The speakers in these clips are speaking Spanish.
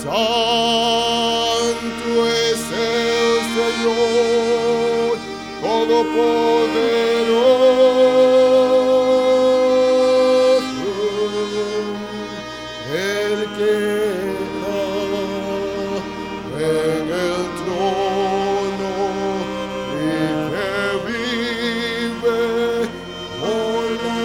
Santo es el Señor Todopoderoso, el que está en el trono y que vive por la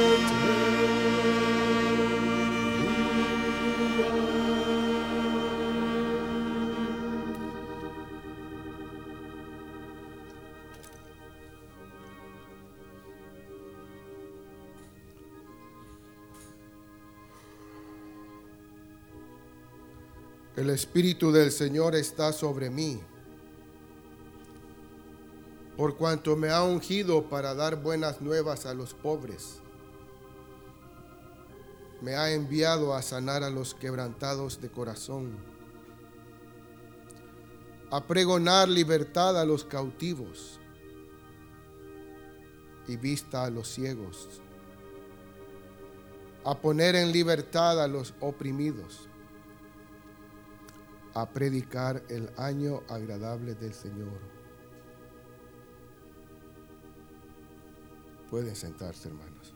El Espíritu del Señor está sobre mí, por cuanto me ha ungido para dar buenas nuevas a los pobres. Me ha enviado a sanar a los quebrantados de corazón, a pregonar libertad a los cautivos y vista a los ciegos, a poner en libertad a los oprimidos, a predicar el año agradable del Señor. Pueden sentarse, hermanos.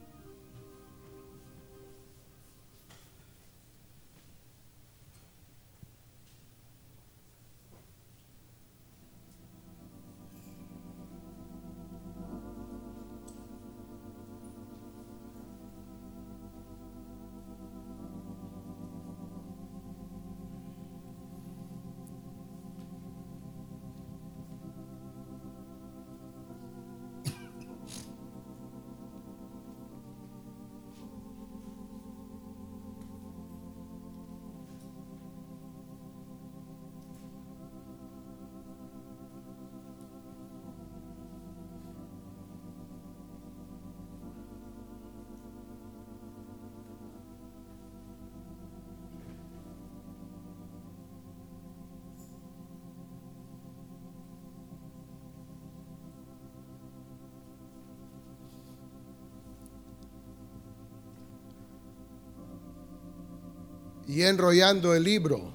Y enrollando el libro,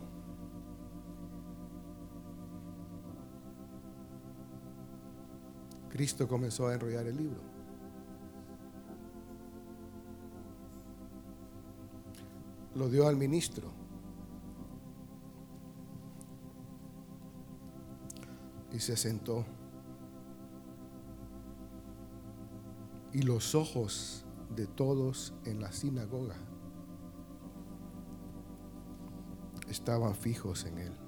Cristo comenzó a enrollar el libro. Lo dio al ministro. Y se sentó. Y los ojos de todos en la sinagoga estaban fijos en él.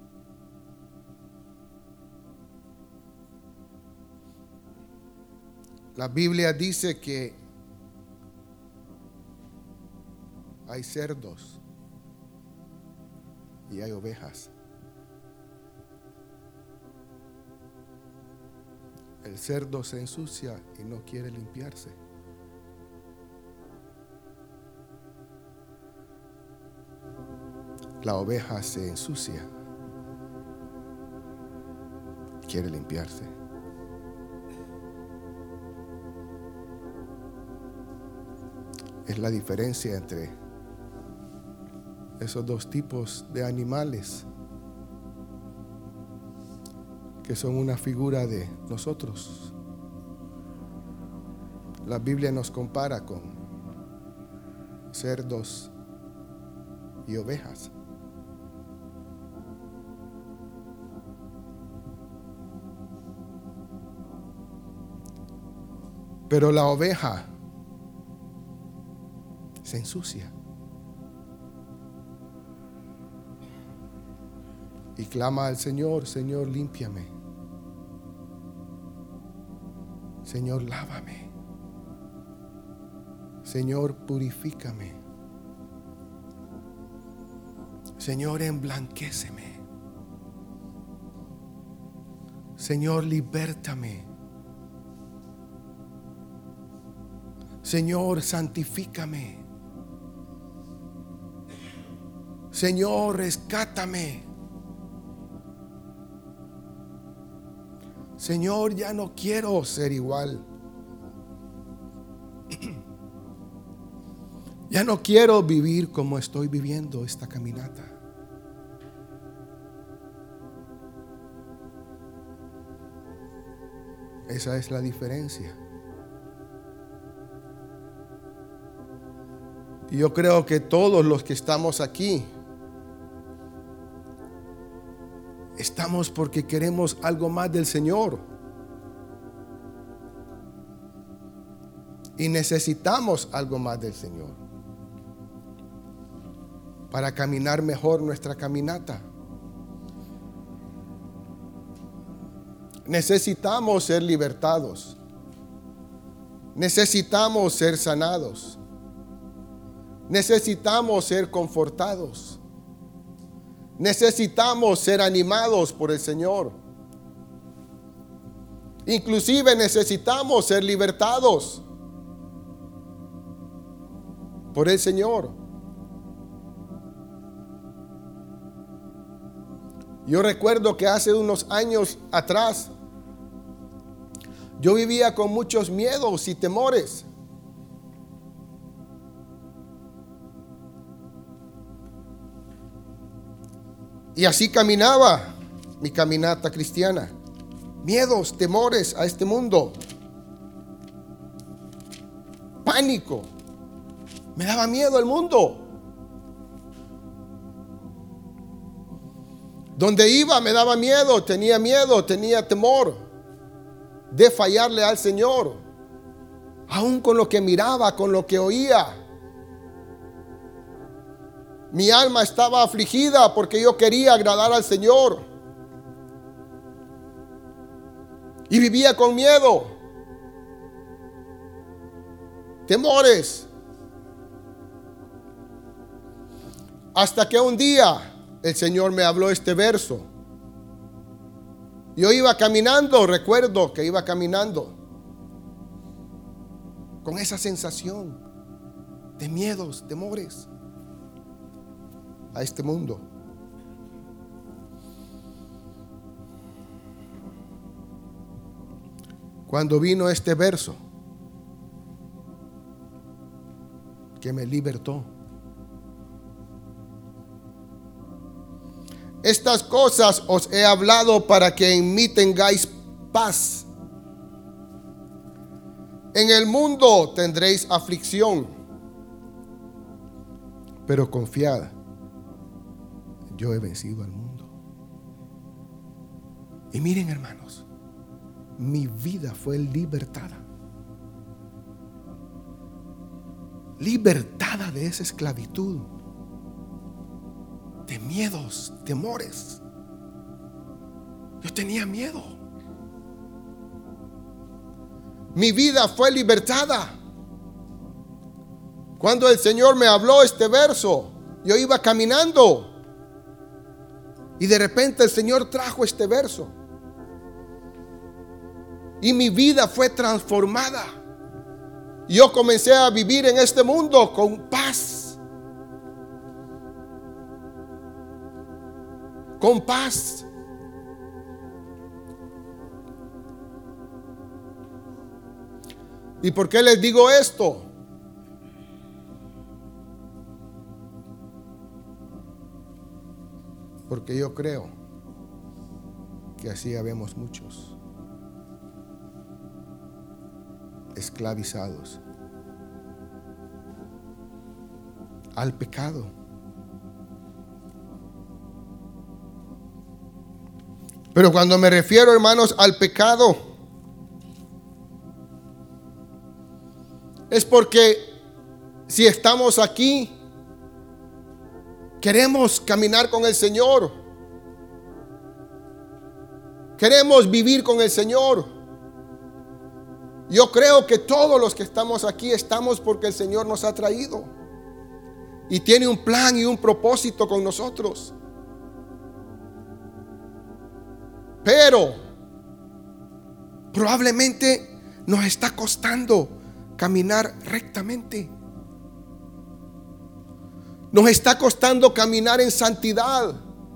La Biblia dice que hay cerdos y hay ovejas. El cerdo se ensucia y no quiere limpiarse. La oveja se ensucia, quiere limpiarse. Es la diferencia entre esos dos tipos de animales que son una figura de nosotros. La Biblia nos compara con cerdos y ovejas. Pero la oveja se ensucia y clama al Señor: Señor, límpiame. Señor, lávame. Señor, purifícame. Señor, emblanquéceme. Señor, libértame. Señor, santifícame. Señor, rescátame. Señor, ya no quiero ser igual. Ya no quiero vivir como estoy viviendo esta caminata. Esa es la diferencia. Y yo creo que todos los que estamos aquí estamos porque queremos algo más del Señor. Y necesitamos algo más del Señor para caminar mejor nuestra caminata. Necesitamos ser libertados. Necesitamos ser sanados. Necesitamos ser confortados. Necesitamos ser animados por el Señor. Inclusive necesitamos ser libertados por el Señor. Yo recuerdo que hace unos años atrás yo vivía con muchos miedos y temores. Y así caminaba mi caminata cristiana. Miedos, temores a este mundo. Pánico. Me daba miedo el mundo. Donde iba me daba miedo, tenía temor de fallarle al Señor. Aún con lo que miraba, con lo que oía. Mi alma estaba afligida porque yo quería agradar al Señor. Y vivía con miedo, temores. Hasta que un día el Señor me habló este verso. Yo iba caminando, recuerdo que iba caminando con esa sensación de miedos, temores a este mundo. Cuando vino este verso que me libertó. Estas cosas os he hablado para que en mí tengáis paz. En el mundo tendréis aflicción, pero confiad, yo he vencido al mundo. Y miren, hermanos, mi vida fue libertada. Libertada de esa esclavitud, de miedos, temores. Yo tenía miedo. Mi vida fue libertada. Cuando el Señor me habló este verso, yo iba caminando y de repente el Señor trajo este verso. Y mi vida fue transformada. Yo comencé a vivir en este mundo con paz. Con paz. ¿Y por qué les digo esto? Porque yo creo que así habemos muchos esclavizados al pecado. Pero cuando me refiero, hermanos, al pecado, es porque si estamos aquí, queremos caminar con el Señor, queremos vivir con el Señor. Yo creo que todos los que estamos aquí estamos porque el Señor nos ha traído y tiene un plan y un propósito con nosotros. Pero probablemente nos está costando caminar rectamente. Nos está costando caminar en santidad.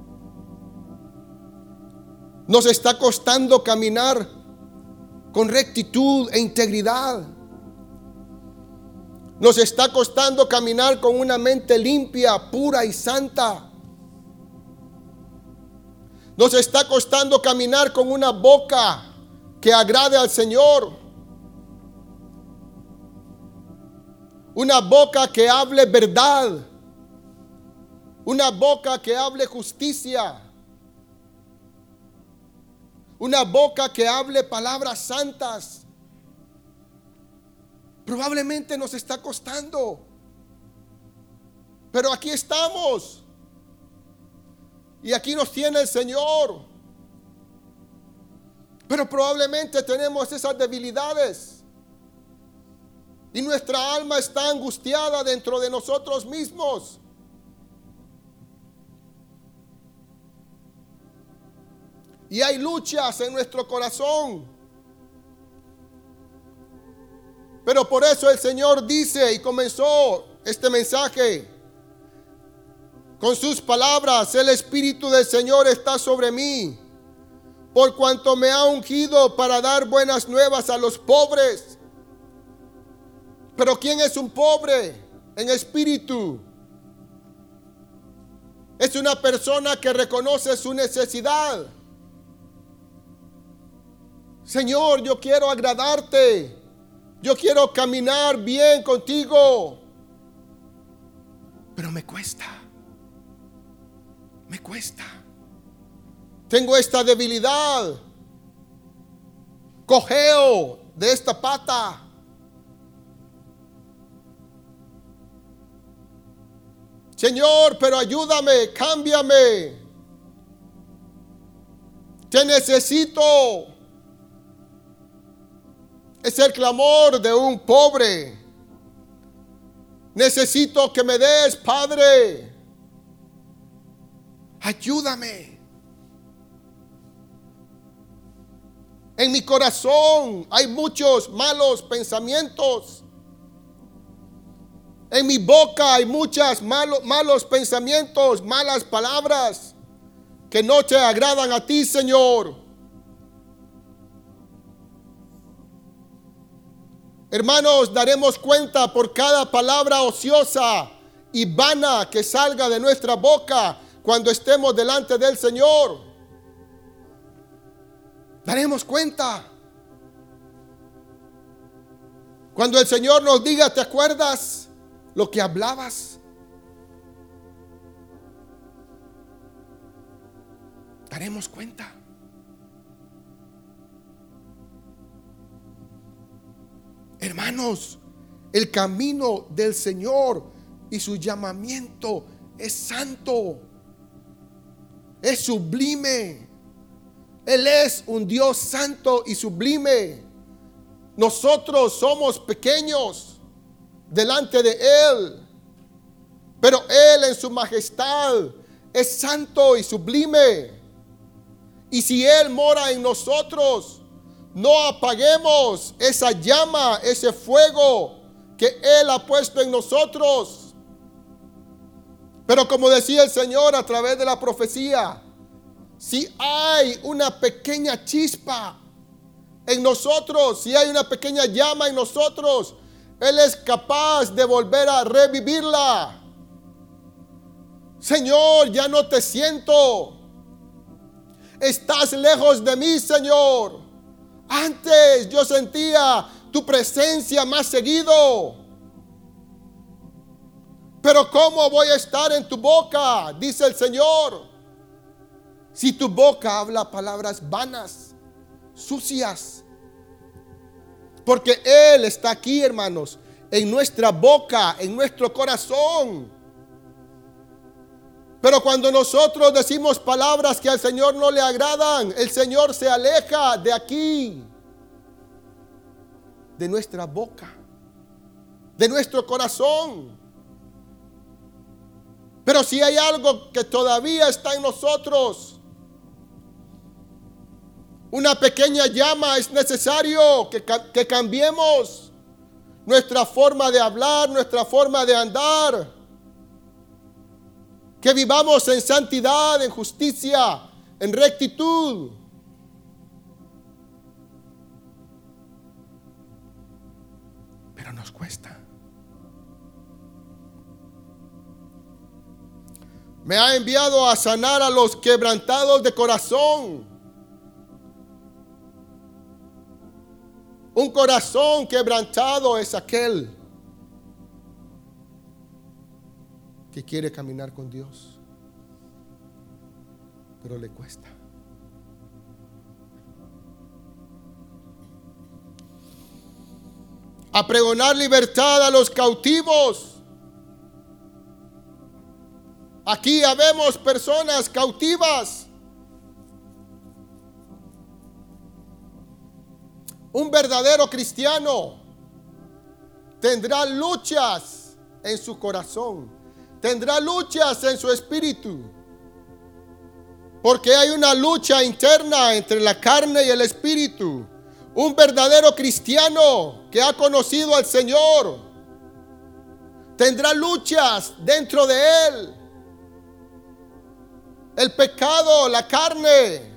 Nos está costando caminar con rectitud e integridad. Nos está costando caminar con una mente limpia, pura y santa. Nos está costando caminar con una boca que agrade al Señor. Una boca que hable verdad. Una boca que hable justicia. Una boca que hable palabras santas. Probablemente nos está costando. Pero aquí estamos. Y aquí nos tiene el Señor. Pero probablemente tenemos esas debilidades. Y nuestra alma está angustiada dentro de nosotros mismos. Y hay luchas en nuestro corazón. Pero por eso el Señor dice, y comenzó este mensaje con sus palabras: el Espíritu del Señor está sobre mí, por cuanto me ha ungido para dar buenas nuevas a los pobres. Pero ¿quién es un pobre en espíritu? Es una persona que reconoce su necesidad. Señor, yo quiero agradarte. Yo quiero caminar bien contigo. Pero me cuesta. Me cuesta. Tengo esta debilidad. Cojeo de esta pata. Señor, pero ayúdame, cámbiame. Te necesito. Es el clamor de un pobre. Necesito que me des, Padre. Ayúdame. En mi corazón hay muchos malos pensamientos. En mi boca hay muchos malos pensamientos, malas palabras que no te agradan a ti, Señor. Hermanos, daremos cuenta por cada palabra ociosa y vana que salga de nuestra boca cuando estemos delante del Señor. Daremos cuenta. Cuando el Señor nos diga: ¿te acuerdas lo que hablabas? Daremos cuenta. Hermanos, el camino del Señor y su llamamiento es santo, es sublime. Él es un Dios santo y sublime. Nosotros somos pequeños delante de Él, pero Él en su majestad es santo y sublime. Y si Él mora en nosotros, no apaguemos esa llama, ese fuego que Él ha puesto en nosotros. Pero como decía el Señor a través de la profecía, si hay una pequeña chispa en nosotros, si hay una pequeña llama en nosotros, Él es capaz de volver a revivirla. Señor, ya no te siento. Estás lejos de mí, Señor. Antes yo sentía tu presencia más seguido. Pero ¿cómo voy a estar en tu boca? Dice el Señor. Si tu boca habla palabras vanas, sucias. Porque Él está aquí, hermanos, en nuestra boca, en nuestro corazón. Pero cuando nosotros decimos palabras que al Señor no le agradan, el Señor se aleja de aquí, de nuestra boca, de nuestro corazón. Pero si hay algo que todavía está en nosotros, una pequeña llama, es necesario que cambiemos nuestra forma de hablar, nuestra forma de andar. Que vivamos en santidad, en justicia, en rectitud. Pero nos cuesta. Me ha enviado a sanar a los quebrantados de corazón. Un corazón quebrantado es aquel que quiere caminar con Dios, pero le cuesta. A pregonar libertad a los cautivos. Aquí habemos personas cautivas. Un verdadero cristiano tendrá luchas en su corazón, tendrá luchas en su espíritu, porque hay una lucha interna entre la carne y el espíritu. Un verdadero cristiano que ha conocido al Señor tendrá luchas dentro de él. El pecado, la carne,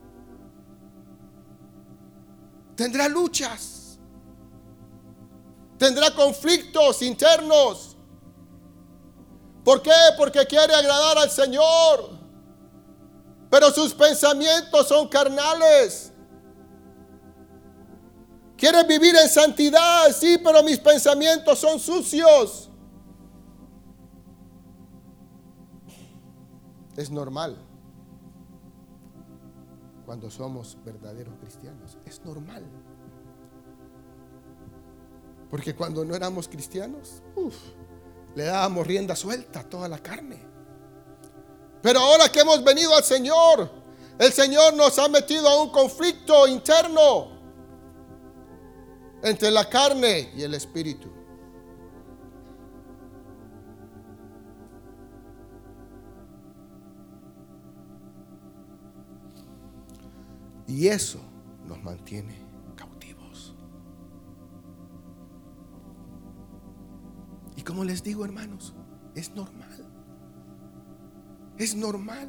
tendrá luchas, tendrá conflictos internos. ¿Por qué? Porque quiere agradar al Señor, pero sus pensamientos son carnales. Quiere vivir en santidad, sí, pero mis pensamientos son sucios. Es normal. Cuando somos verdaderos cristianos, es normal. Porque cuando no éramos cristianos, le dábamos rienda suelta a toda la carne. Pero ahora que hemos venido al Señor, el Señor nos ha metido a un conflicto interno entre la carne y el espíritu. Y eso nos mantiene cautivos. Y como les digo, hermanos, es normal. Es normal.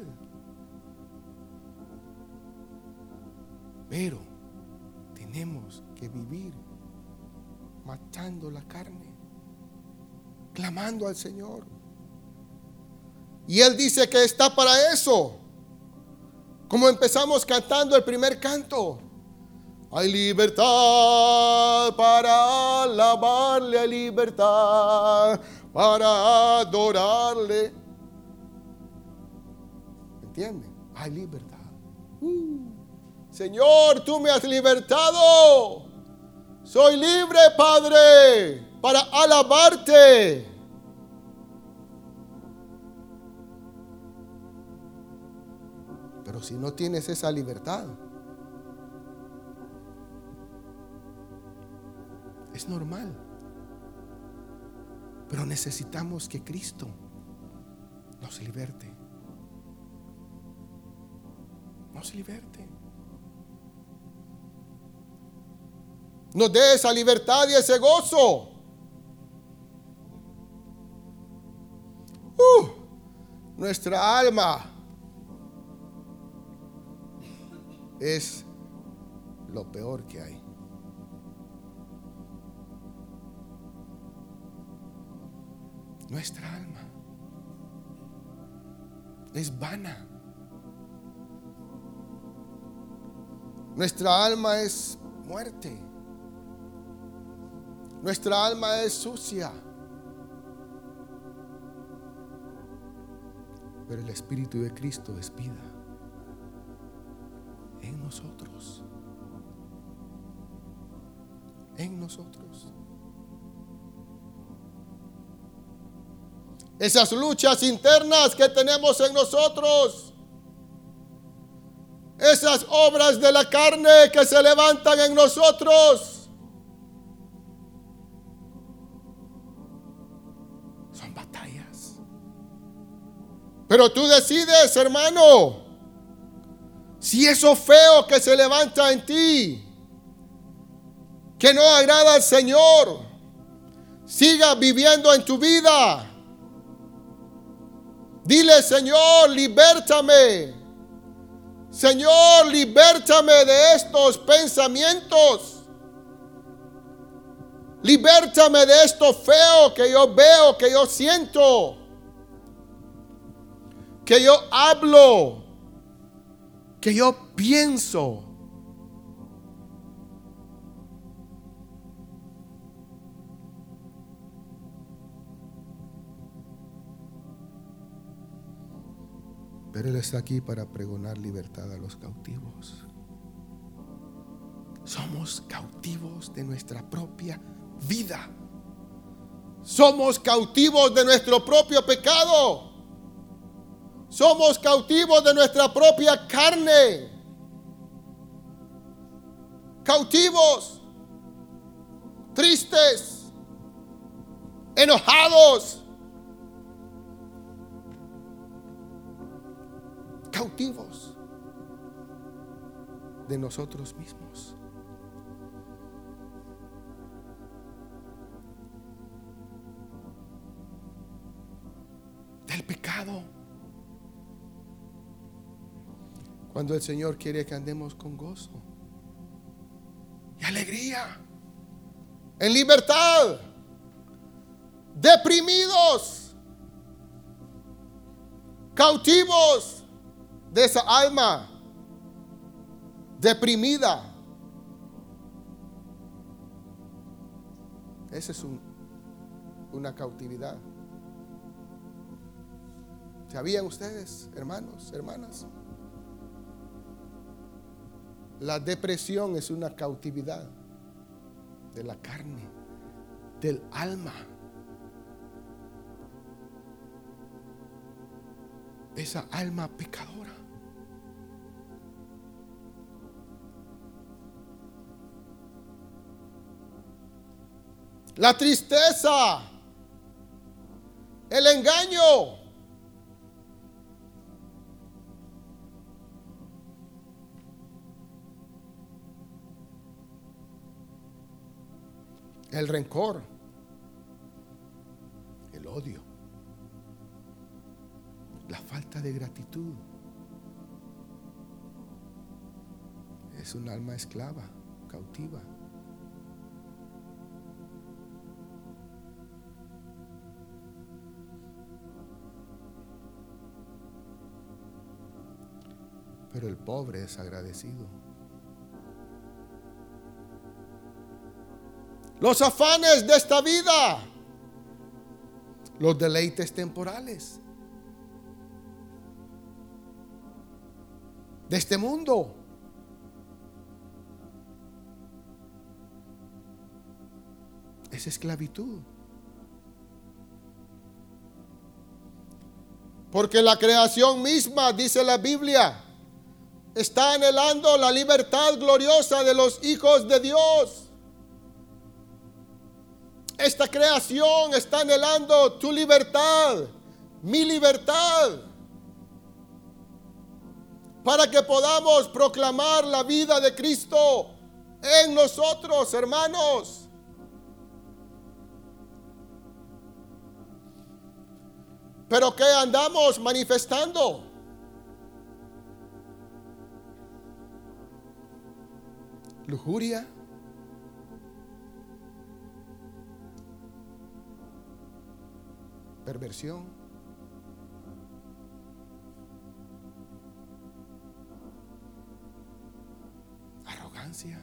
Pero tenemos que vivir matando la carne, clamando al Señor. Y Él dice que está para eso. Como empezamos cantando el primer canto. Hay libertad para alabarle, hay libertad para adorarle. ¿Entienden? Hay libertad. Señor, tú me has libertado. Soy libre, Padre, para alabarte. Pero si no tienes esa libertad, es normal. Pero necesitamos que Cristo nos liberte. Nos liberte. Nos dé esa libertad y ese gozo. Nuestra alma es lo peor que hay. Nuestra alma es vana. Nuestra alma es muerte. Nuestra alma es sucia. Pero el Espíritu de Cristo es vida en nosotros. En nosotros. Esas luchas internas que tenemos en nosotros, esas obras de la carne que se levantan en nosotros, son batallas. Pero tú decides, hermano, si eso feo que se levanta en ti, que no agrada al Señor, siga viviendo en tu vida. Dile: Señor, libértame. Señor, libértame de estos pensamientos. Libértame de esto feo que yo veo, que yo siento, que yo hablo, que yo pienso. Pero Él está aquí para pregonar libertad a los cautivos. Somos cautivos de nuestra propia vida. Somos cautivos de nuestro propio pecado. Somos cautivos de nuestra propia carne. Cautivos, tristes, enojados, cautivos de nosotros mismos. Del pecado. Cuando el Señor quiere que andemos con gozo y alegría, en libertad, deprimidos, cautivos de esa alma deprimida. Esa es una cautividad. ¿Sabían ustedes, hermanos, hermanas? La depresión es una cautividad de la carne, del alma, esa alma pecadora. La tristeza, el engaño, el rencor, el odio, la falta de gratitud. Es un alma esclava, cautiva. Pero el pobre es agradecido. Los afanes de esta vida, los deleites temporales de este mundo, es esclavitud. Porque la creación misma, dice la Biblia, está anhelando la libertad gloriosa de los hijos de Dios. Esta creación está anhelando tu libertad, mi libertad, para que podamos proclamar la vida de Cristo en nosotros, hermanos. Pero ¿qué andamos manifestando? Lujuria, perversión, arrogancia,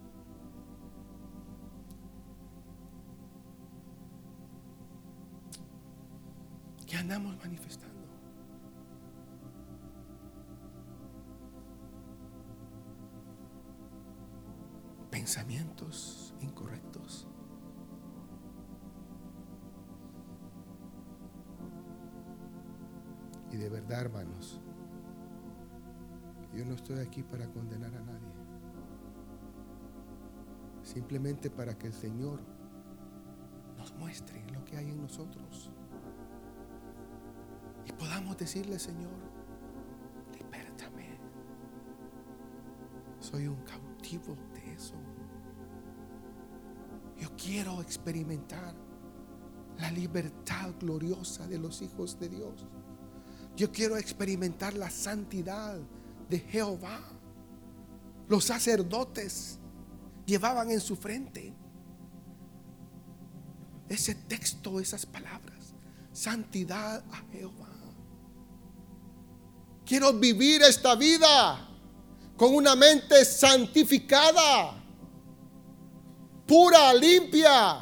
¿qué andamos manifestando? Pensamientos incorrectos. Y de verdad, hermanos, yo no estoy aquí para condenar a nadie. Simplemente para que el Señor nos muestre lo que hay en nosotros. Y podamos decirle: Señor, libértame. Soy un cautivo de eso. Yo quiero experimentar la libertad gloriosa de los hijos de Dios. Yo quiero experimentar la santidad de Jehová. Los sacerdotes llevaban en su frente ese texto, esas palabras: santidad a Jehová. Quiero vivir esta vida con una mente santificada, pura, limpia.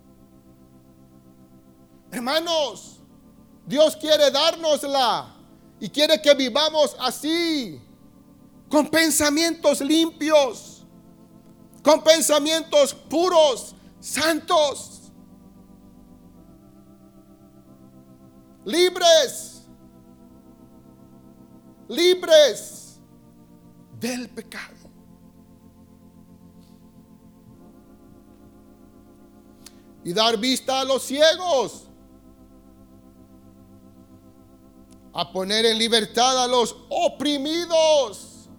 Hermanos, Dios quiere dárnosla Y quiere que vivamos así, con pensamientos limpios, con pensamientos puros, santos, libres del pecado. Y dar vista a los ciegos, a poner en libertad a los oprimidos.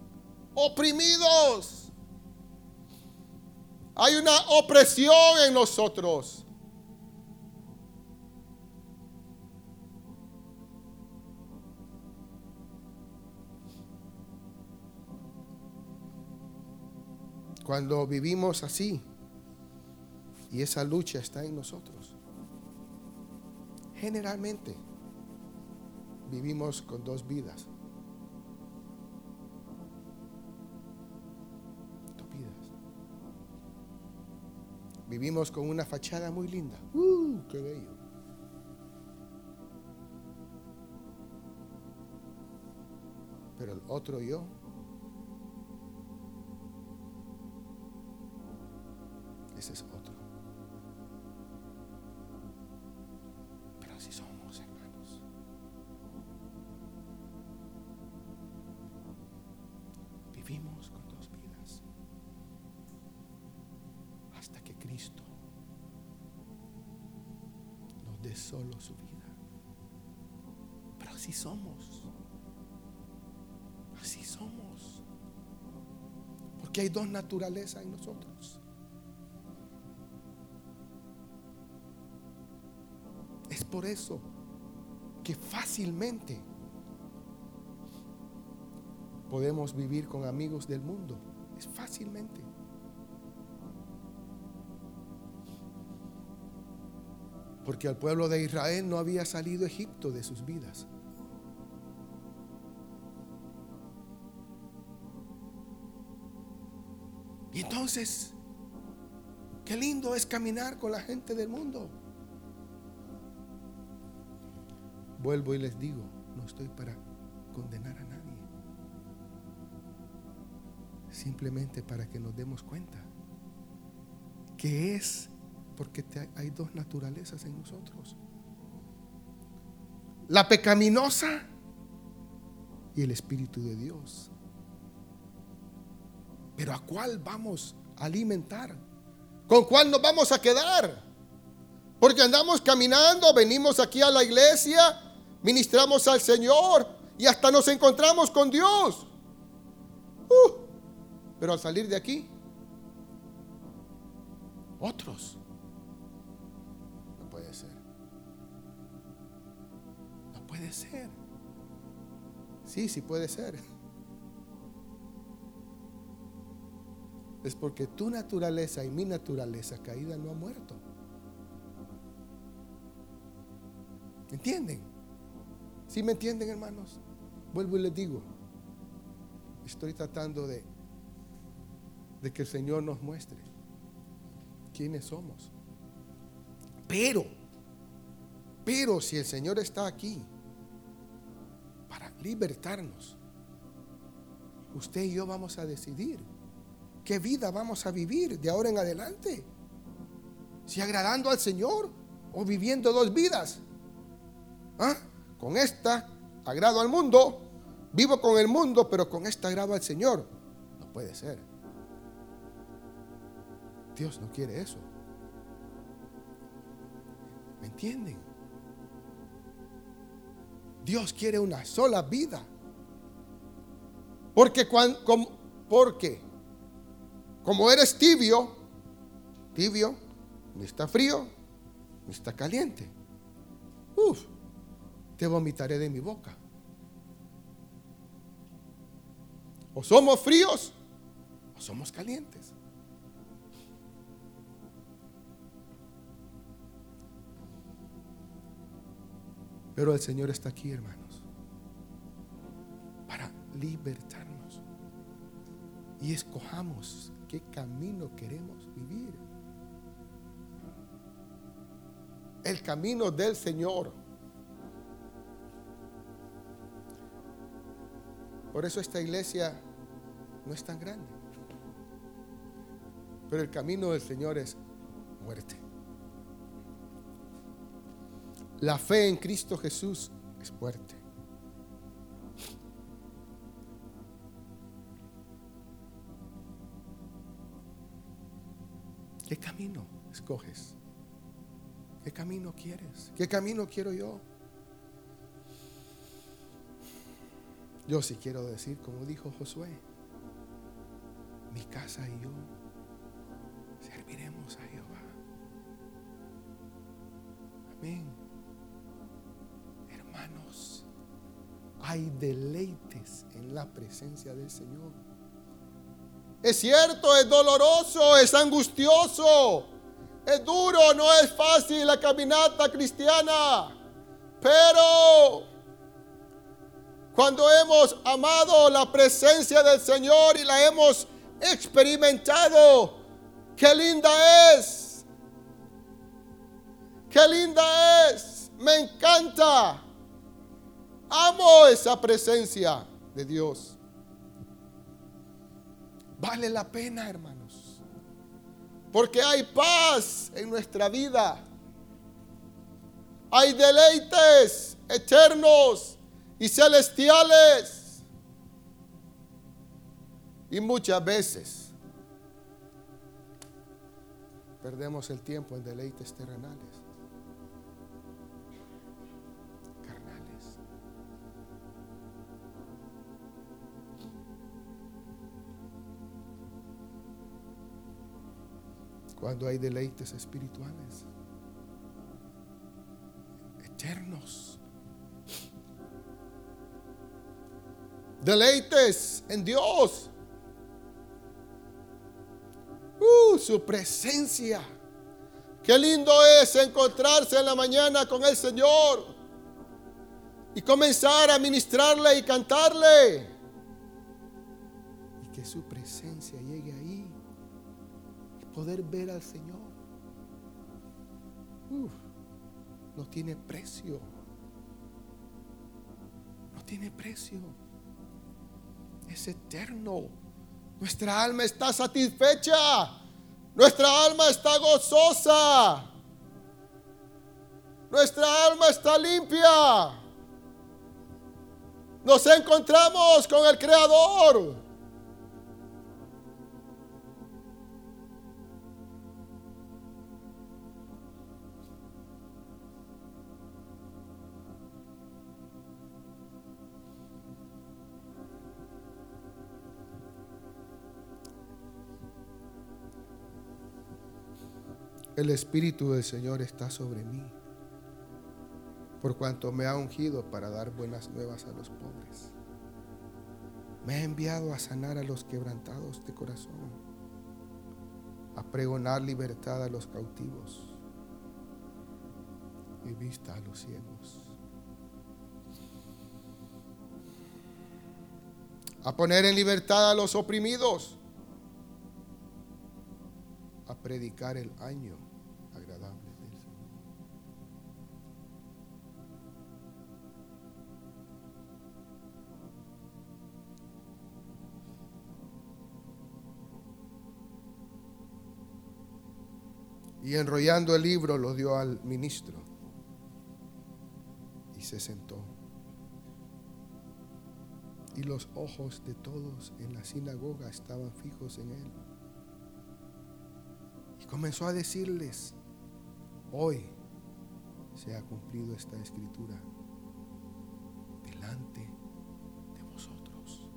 Hay una opresión en nosotros. Cuando vivimos así y esa lucha está en nosotros, generalmente vivimos con dos vidas. Vivimos con una fachada muy linda. ¡Qué bello! Pero el otro yo, ese es otro. Pero así somos, hermanos. Vivimos con dos vidas hasta que Cristo nos dé solo su vida. Pero así somos. Así somos. Porque hay dos naturalezas en nosotros. Es por eso que fácilmente podemos vivir con amigos del mundo. Es fácilmente. Porque al pueblo de Israel no había salido Egipto de sus vidas. Y entonces, qué lindo es caminar con la gente del mundo. Vuelvo y les digo, no estoy para condenar a nadie. Simplemente para que nos demos cuenta que es porque hay dos naturalezas en nosotros. La pecaminosa y el Espíritu de Dios. Pero ¿a cuál vamos a alimentar? ¿Con cuál nos vamos a quedar? Porque andamos caminando, venimos aquí a la iglesia, ministramos al Señor y hasta nos encontramos con Dios. Pero al salir de aquí, otros. No puede ser. No puede ser. Sí puede ser. Es porque tu naturaleza y mi naturaleza caída no ha muerto. ¿Entienden? ¿Sí me entienden, hermanos? Vuelvo y les digo, estoy tratando de que el Señor nos muestre quiénes somos. Pero si el Señor está aquí para libertarnos, usted y yo vamos a decidir qué vida vamos a vivir de ahora en adelante. Si agradando al Señor o viviendo dos vidas. Con esta agrado al mundo, vivo con el mundo, pero con esta agrado al Señor. No puede ser. Dios no quiere eso. ¿Me entienden? Dios quiere una sola vida. Porque como eres tibio, ni está frío, ni está caliente. Te vomitaré de mi boca. O somos fríos o somos calientes. Pero el Señor está aquí, hermanos, para libertarnos. Y escojamos qué camino queremos vivir. El camino del Señor. Por eso esta iglesia no es tan grande. Pero el camino del Señor es muerte. La fe en Cristo Jesús es fuerte. ¿Qué camino escoges? ¿Qué camino quieres? ¿Qué camino quiero yo? Yo sí quiero decir, como dijo Josué, mi casa y yo serviremos a Jehová. Amén. Hermanos, hay deleites en la presencia del Señor. Es cierto, es doloroso, es angustioso, es duro, no es fácil la caminata cristiana. Pero cuando hemos amado la presencia del Señor y la hemos experimentado, qué linda es. Qué linda es. Me encanta. Amo esa presencia de Dios. Vale la pena, hermanos, porque hay paz en nuestra vida. Hay deleites eternos y celestiales. Y muchas veces perdemos el tiempo en deleites terrenales, carnales. Cuando hay deleites espirituales, eternos, deleites en Dios, su presencia. Qué lindo es encontrarse en la mañana con el Señor y comenzar a ministrarle y cantarle, y que su presencia llegue ahí y poder ver al Señor. No tiene precio. No tiene precio. Es eterno. Nuestra alma está satisfecha. Nuestra alma está gozosa. Nuestra alma está limpia. Nos encontramos con el Creador. El Espíritu del Señor está sobre mí, por cuanto me ha ungido para dar buenas nuevas a los pobres. Me ha enviado a sanar a los quebrantados de corazón, a pregonar libertad a los cautivos y vista a los ciegos, a poner en libertad a los oprimidos, a predicar el año agradable del Señor. Y enrollando el libro lo dio al ministro y se sentó. Y los ojos de todos en la sinagoga estaban fijos en él. Y comenzó a decirles: hoy se ha cumplido esta escritura delante de vosotros.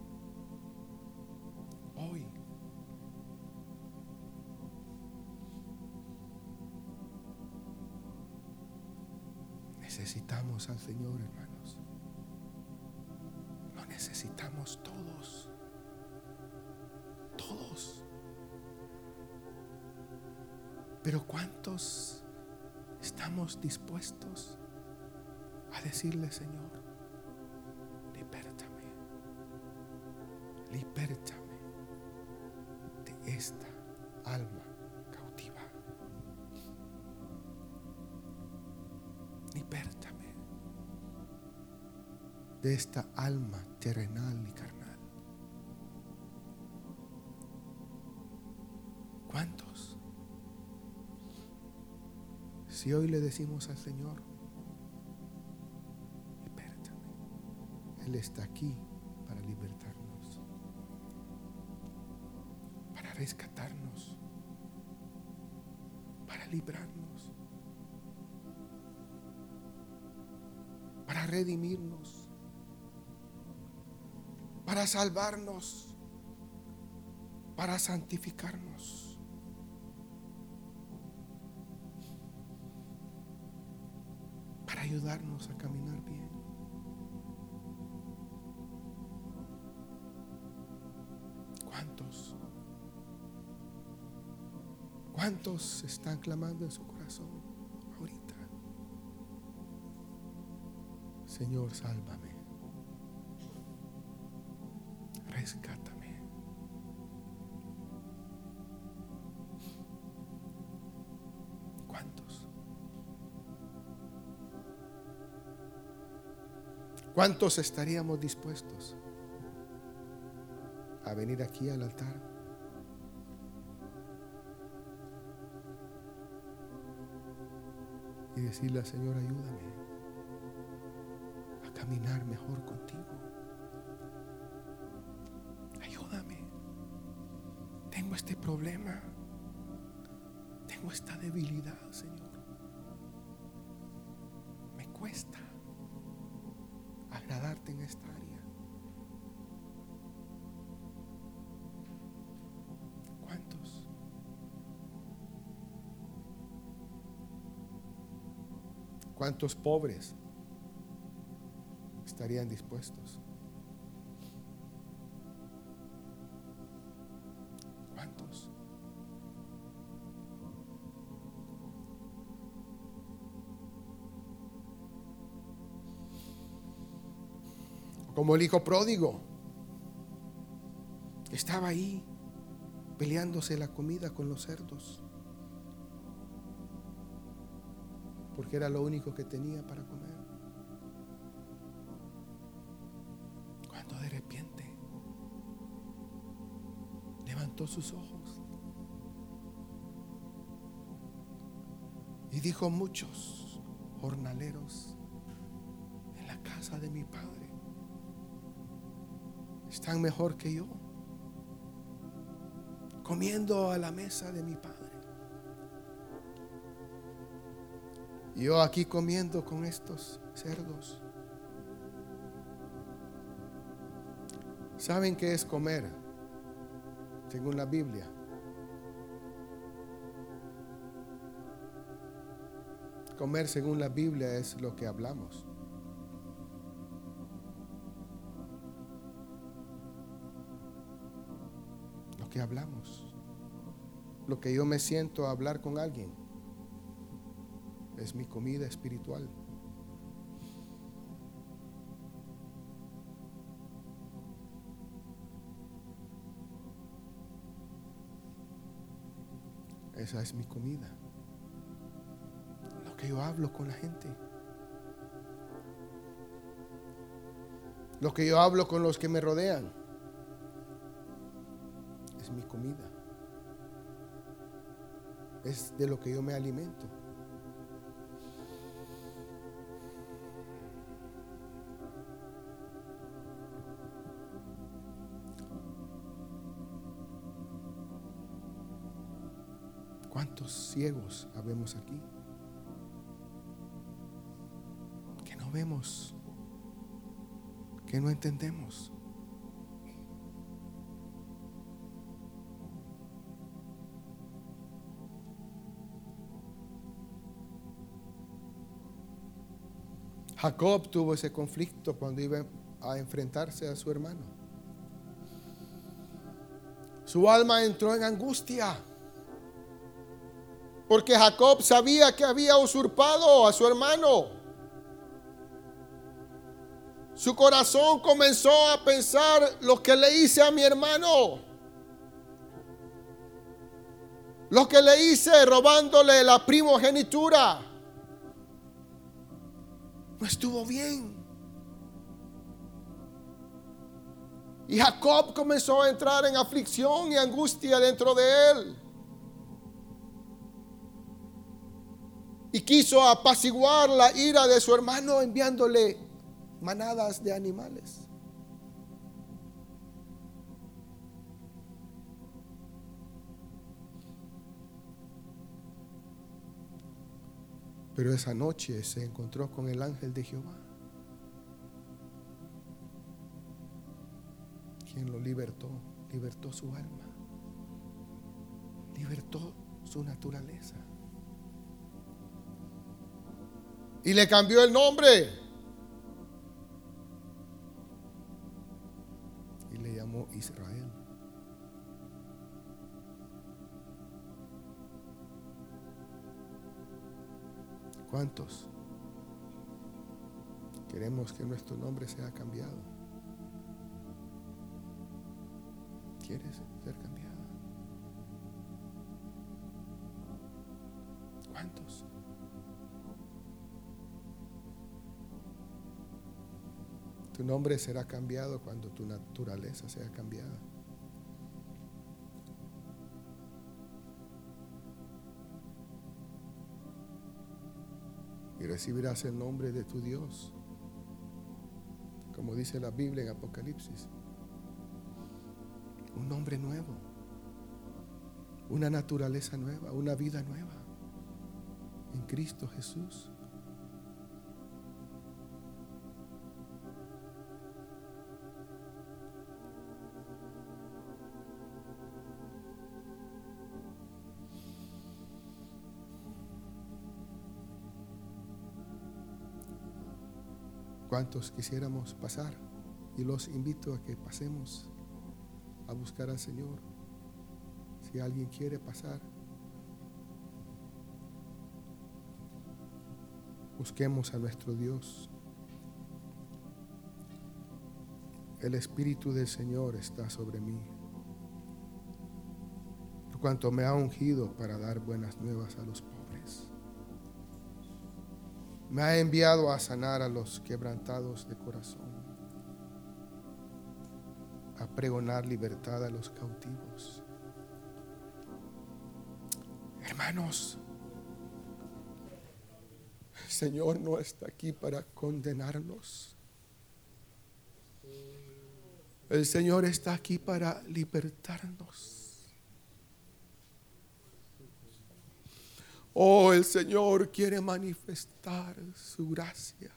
Hoy. Necesitamos al Señor, hermanos. Lo necesitamos todos. Todos. Pero ¿cuántos estamos dispuestos a decirle: Señor, libértame, libértame de esta alma cautiva? Libértame de esta alma terrenal y carnal. Si hoy le decimos al Señor, libértame, Él está aquí para libertarnos, para rescatarnos, para librarnos, para redimirnos, para salvarnos, para santificarnos. Para ayudarnos a caminar bien. ¿Cuántos están clamando en su corazón ahorita? Señor, sálvame, rescátame. ¿Cuántos estaríamos dispuestos a venir aquí al altar y decirle al Señor, ayúdame a caminar mejor contigo? Ayúdame. Tengo este problema. Tengo esta debilidad, Señor. Me cuesta agradarte en esta área. ¿Cuántos? ¿Cuántos pobres estarían dispuestos? ¿Cuántos? Como el hijo pródigo, estaba ahí peleándose la comida con los cerdos, porque era lo único que tenía para comer. Cuando de repente levantó sus ojos y dijo: muchos jornaleros en la casa de mi padre están mejor que yo, comiendo a la mesa de mi padre. Y yo aquí comiendo con estos cerdos. ¿Saben qué es comer según la Biblia? Comer según la Biblia es lo que hablamos. Que hablamos, lo que yo me siento a hablar con alguien, es mi comida espiritual. Esa es mi comida. Lo que yo hablo con la gente, lo que yo hablo con los que me rodean, mi comida. Es de lo que yo me alimento. ¿Cuántos ciegos habemos aquí que no vemos, que no entendemos? Jacob tuvo ese conflicto cuando iba a enfrentarse a su hermano. Su alma entró en angustia, porque Jacob sabía que había usurpado a su hermano. Su corazón comenzó a pensar: lo que le hice a mi hermano, lo que le hice robándole la primogenitura, no estuvo bien. Y Jacob comenzó a entrar en aflicción y angustia dentro de él. y quiso apaciguar la ira de su hermano enviándole manadas de animales. Pero esa noche se encontró con el ángel de Jehová, quien lo libertó su alma, libertó su naturaleza y le cambió el nombre y le llamó Israel. ¿Cuántos queremos que nuestro nombre sea cambiado? ¿Quieres ser cambiado? ¿Cuántos? Tu nombre será cambiado cuando tu naturaleza sea cambiada. Y recibirás el nombre de tu Dios, como dice la Biblia en Apocalipsis. Un nombre nuevo, una naturaleza nueva, una vida nueva en Cristo Jesús. ¿Cuántos quisiéramos pasar? Y los invito a que pasemos a buscar al Señor. Si alguien quiere pasar, busquemos a nuestro Dios. El Espíritu del Señor está sobre mí, por cuanto me ha ungido para dar buenas nuevas a los pobres. Me ha enviado a sanar a los quebrantados de corazón, a pregonar libertad a los cautivos. Hermanos, el Señor no está aquí para condenarnos. El Señor está aquí para libertarnos. Oh, el Señor quiere manifestar su gracia,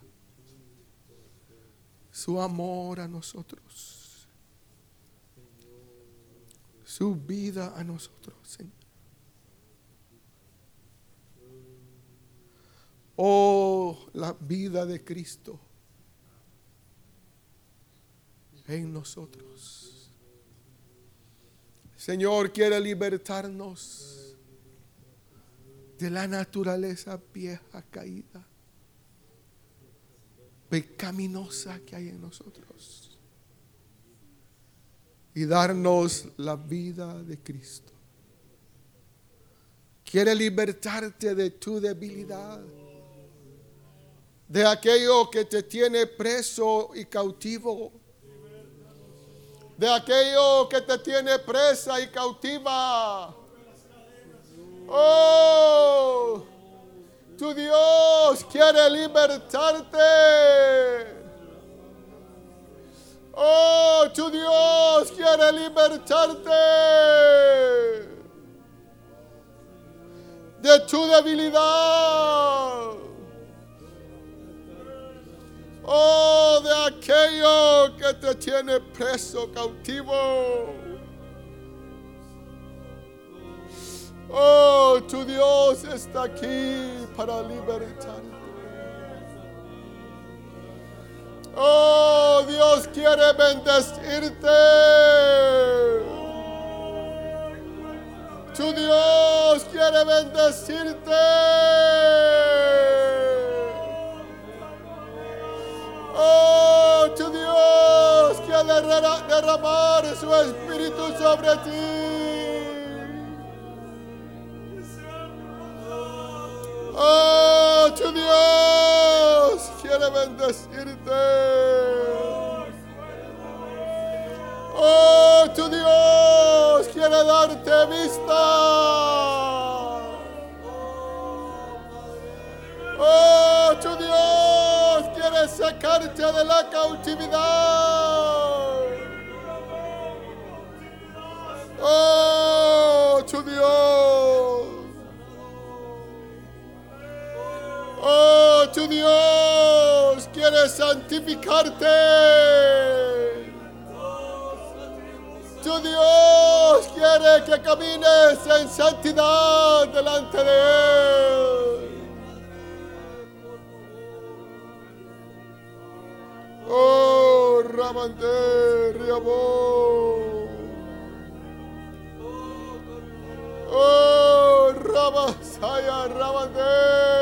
su amor a nosotros, su vida a nosotros, Señor. Oh, la vida de Cristo en nosotros. El Señor quiere libertarnos de la naturaleza vieja, caída, pecaminosa que hay en nosotros, y darnos la vida de Cristo. Quiere libertarte de tu debilidad, de aquello que te tiene preso y cautivo, de aquello que te tiene presa y cautiva. Oh, tu Dios quiere libertarte. Oh, tu Dios quiere libertarte de tu debilidad. Oh, de aquello que te tiene preso, cautivo. Oh, tu Dios está aquí para libertarte. Oh, Dios quiere bendecirte. Tu Dios quiere bendecirte. Oh, tu Dios quiere derramar su espíritu sobre ti. Oh, tu Dios quiere bendecirte. Oh, tu Dios quiere darte vista. Oh, tu Dios quiere sacarte de la cautividad. Oh, tu Dios. Oh, tu Dios quiere santificarte. Tu Dios quiere que camines en santidad delante de Él. Oh, Rabandé, Riabó. Oh, Rabasaya, Rabandé.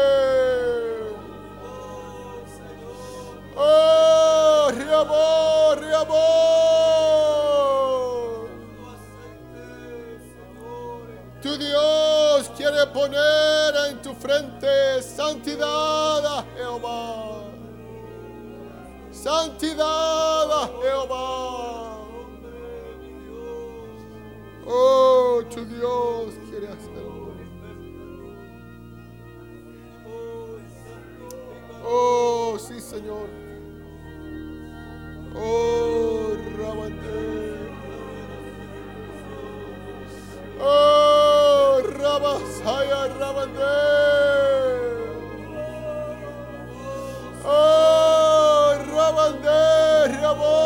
Oh, Riabó, Riabó. Tu Dios quiere poner en tu frente santidad a Jehová. Santidad a Jehová. Oh, tu Dios quiere hacerlo. Oh, sí, Señor. Oh, Rabandé. Oh, Rabasaya, Rabandé. Oh, Rabandé, Rabó.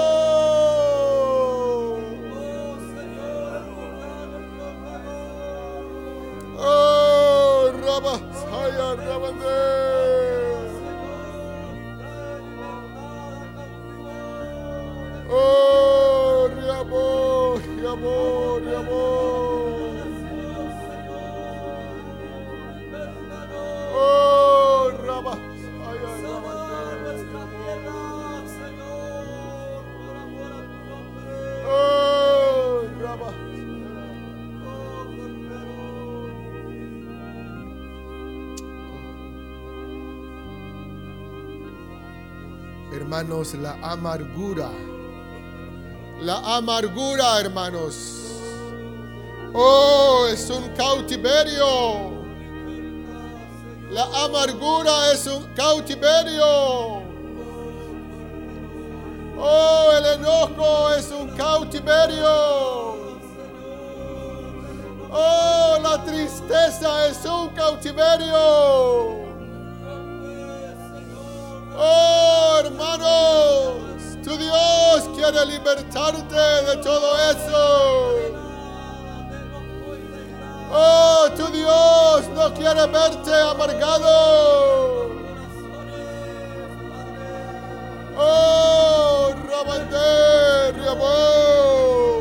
Oh, Rabasaya, Rabandé. Oh, Riabó, Riabó, Riabó. Oh, Rabasaya, Rabandé. Oh, Rabasaya. Hermanos, la amargura, hermanos. Oh, es un cautiverio. La amargura es un cautiverio. Oh, el enojo es un cautiverio. Oh, la tristeza es un cautiverio. Oh, hermanos, tu Dios quiere libertarte de todo eso. Oh, tu Dios no quiere verte amargado. Oh, Rabandé, Riabó.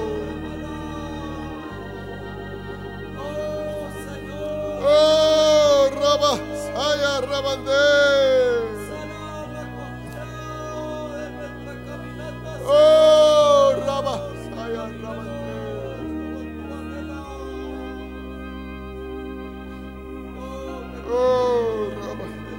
Oh, Rabasaya, Rabandé. Oh, Rabasaya, Rabandé. Oh, Rabasaya.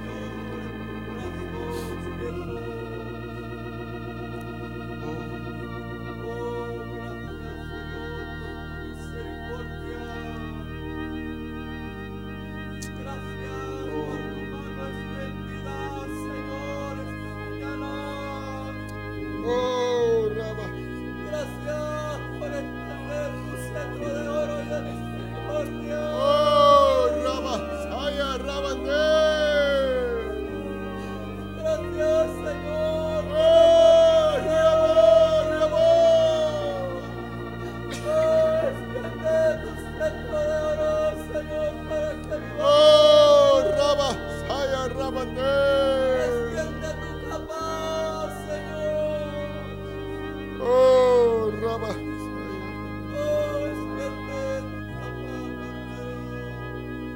Oh, Rabba. Gracias por extender tu cetro de oro y de misericordia. Oh, Rabba, Saya, Rabandé. Gracias, Señor. Oh, Riabó, Riabó. Oh, extiende tu cetro de oro, Señor, para que vivamos. Oh, Rabba, Saya, Rabandé. Extiende tu capaz, Señor. Oh, Rabba. Oh, extiende tu capaz.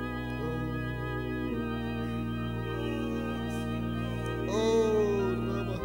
Oh, Rabba.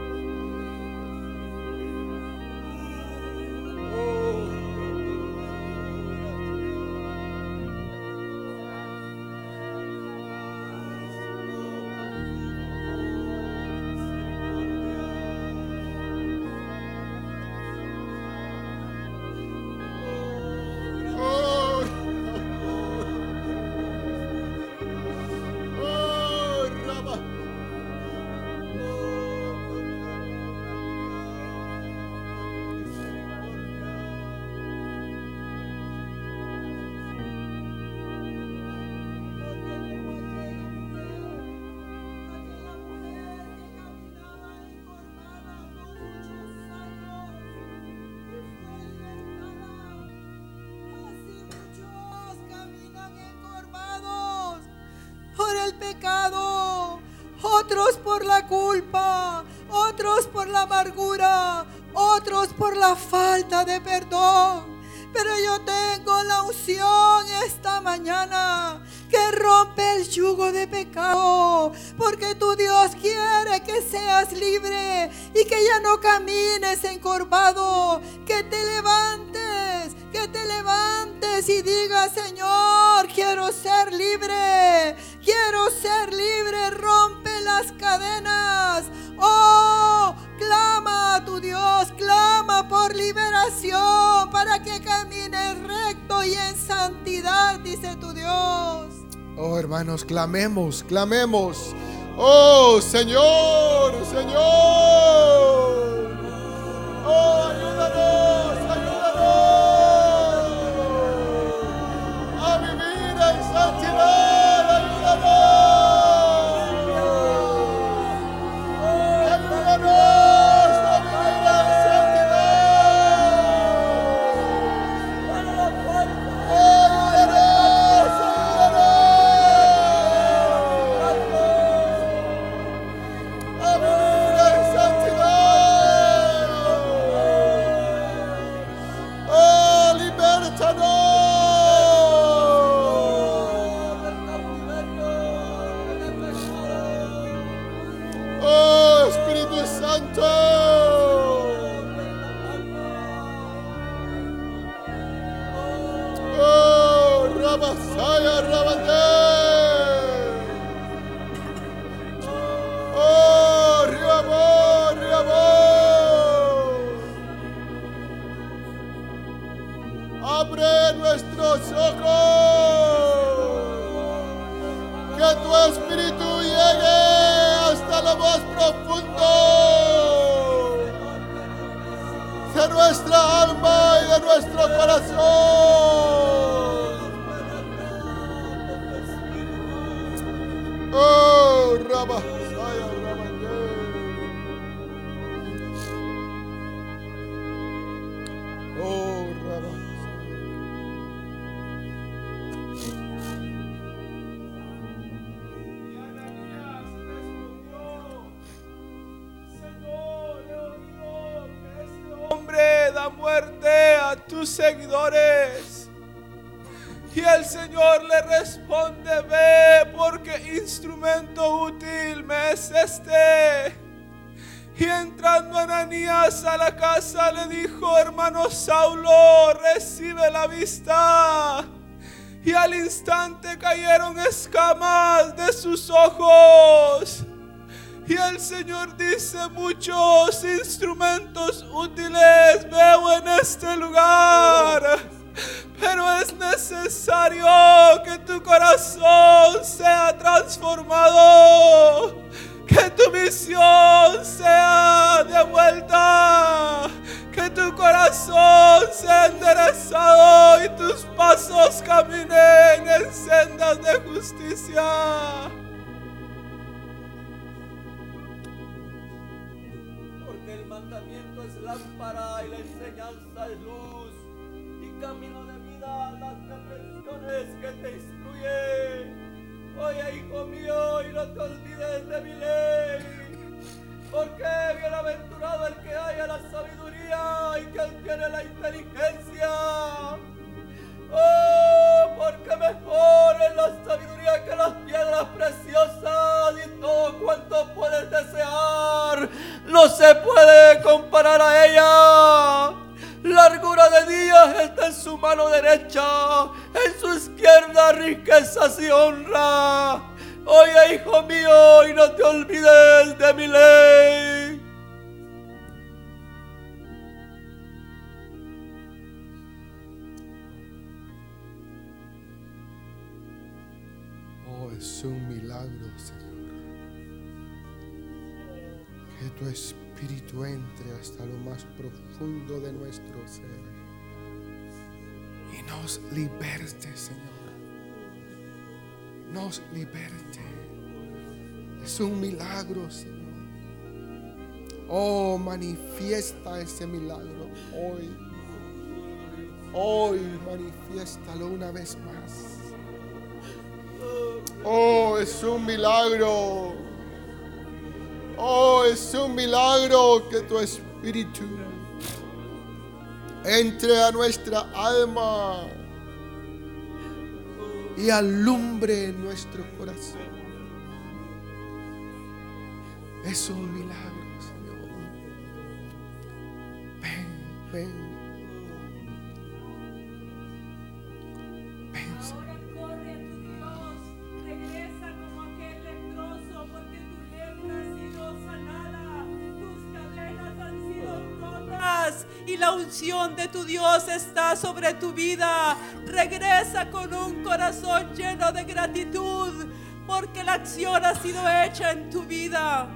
pecado, otros por la culpa, otros por la amargura, otros por la falta de perdón. Pero yo tengo la unción esta mañana que rompe el yugo de pecado, porque tu Dios quiere que seas libre y que ya no camines encorvado, que te levantes y digas: Señor, quiero ser libre, rompe las cadenas. Oh, clama a tu Dios, clama por liberación para que camines recto y en santidad, dice tu Dios. Oh, hermanos, clamemos, clamemos. Oh, Señor, Señor. Oh, ayúdanos, ayúdanos a vivir en santidad, ayúdanos. Abre nuestros ojos, que tu espíritu llegue hasta lo más profundo de nuestra alma y de nuestro corazón. Oh, Rabba. Muerte a tus seguidores. Y el Señor le responde: ve, porque instrumento útil me es este. Y entrando Ananías a la casa le dijo: hermano Saulo, recibe la vista. Y al instante cayeron escamas de sus ojos. Y el Señor dice: muchos instrumentos útiles veo en este lugar, pero es necesario que tu corazón sea transformado, que tu visión sea de vuelta, que tu corazón sea enderezado y tus pasos caminen en sendas de justicia. Es lámpara y la enseñanza es luz, y camino de vida las reflexiones que te instruyen. Oye, hijo mío, y no te olvides de mi ley, porque bienaventurado el que haya la sabiduría y que él tiene la inteligencia. Oh, porque mejor es la sabiduría que las piedras preciosas, y todo cuanto puedes desear no se puede comparar a ella. Largura de días está en su mano derecha, en su izquierda riquezas y honra. Oye, hijo mío, y no te olvides de mi ley. Es un milagro, Señor, que tu espíritu entre hasta lo más profundo de nuestro ser y nos liberte, Señor, nos liberte. Es un milagro, Señor. Oh, manifiesta ese milagro hoy manifiéstalo una vez más. Oh, es un milagro. Oh, es un milagro que tu Espíritu entre a nuestra alma y alumbre nuestro corazón. Es un milagro, Señor. Ven, ven. Ven, Señor. Ahora corre a tu Dios, regresa como aquel leproso, porque tu lepra ha sido sanada, tus cadenas han sido rotas y la unción de tu Dios está sobre tu vida. Regresa con un corazón lleno de gratitud, porque la acción ha sido hecha en tu vida.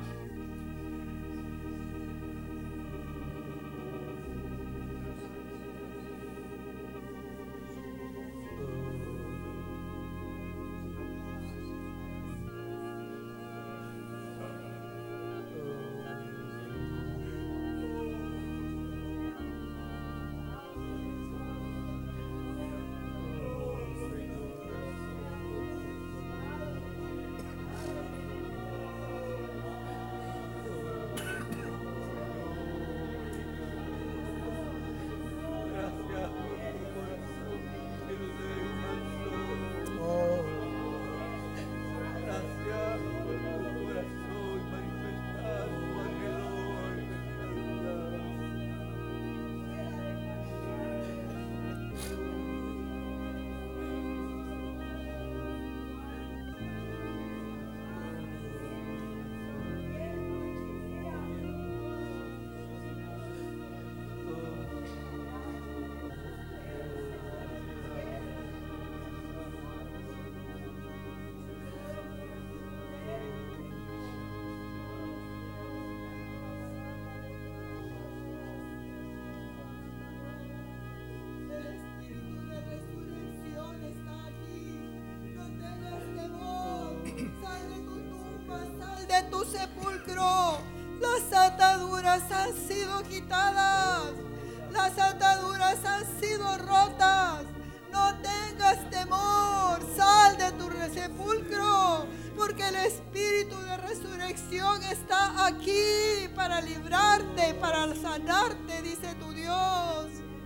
Tu sepulcro, las ataduras han sido quitadas, las ataduras han sido rotas. No tengas temor, sal de tu sepulcro, porque el espíritu de resurrección está aquí para librarte, para sanarte, dice tu Dios.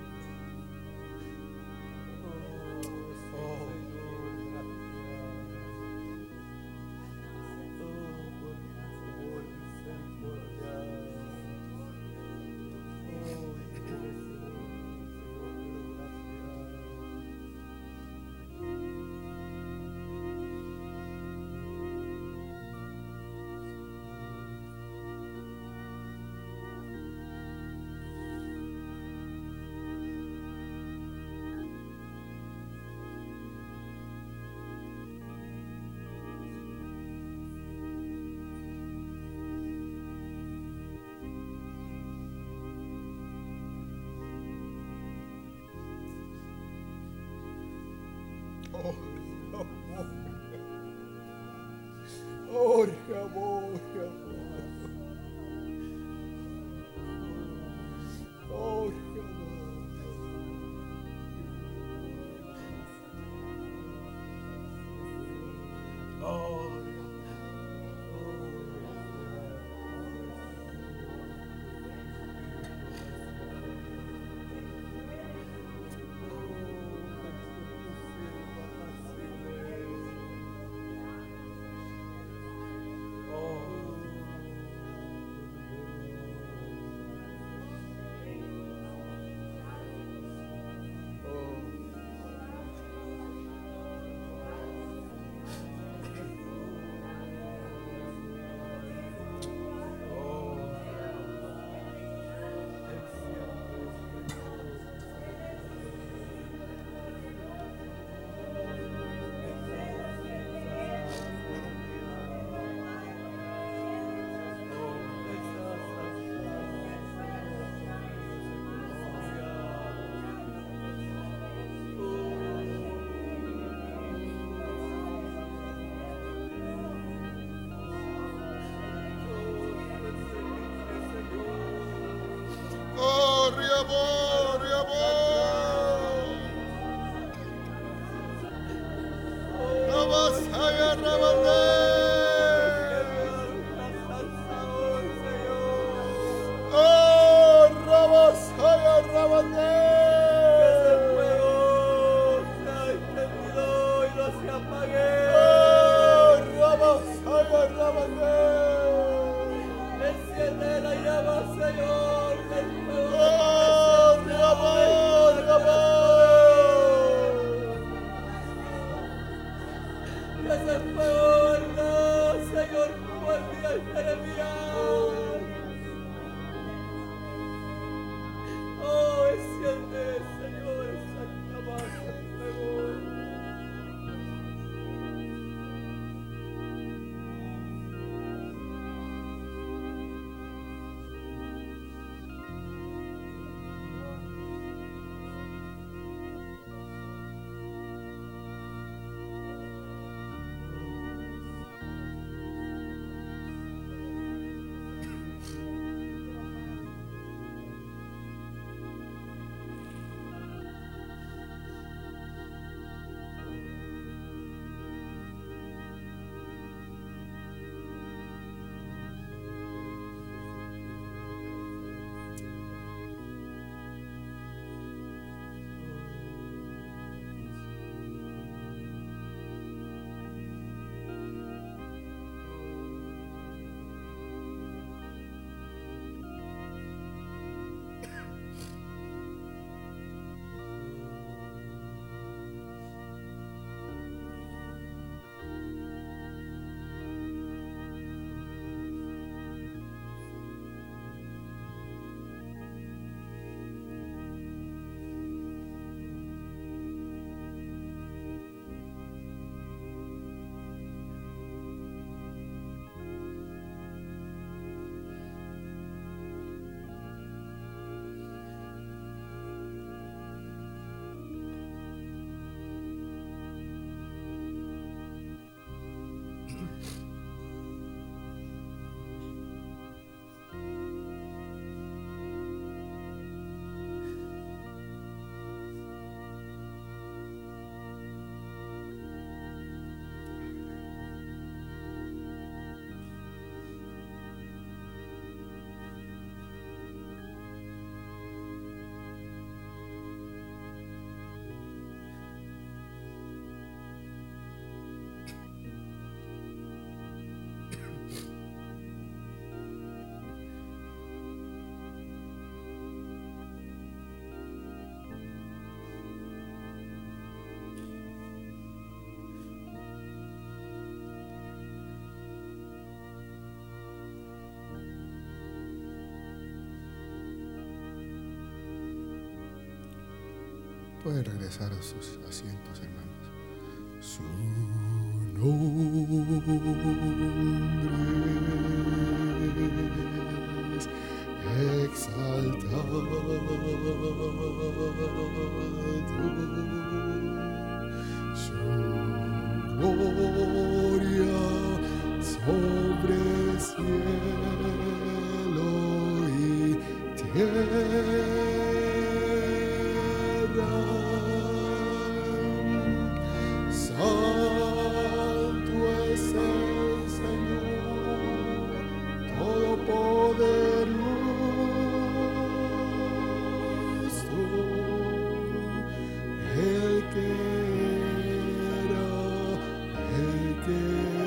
Oh, amor, oh, ese fuego sea encendido y no se apague. Enciende la llama, Señor, del fuego. Que ese fuego arda, Señor, como el día de Jeremías. Oh, enciende, Señor, esa llama de fuego. Pueden regresar a sus asientos, hermanos. Su nombre es exaltado. Su gloria sobre cielo y tierra. Santo es el Señor Todopoderoso, el que era, el que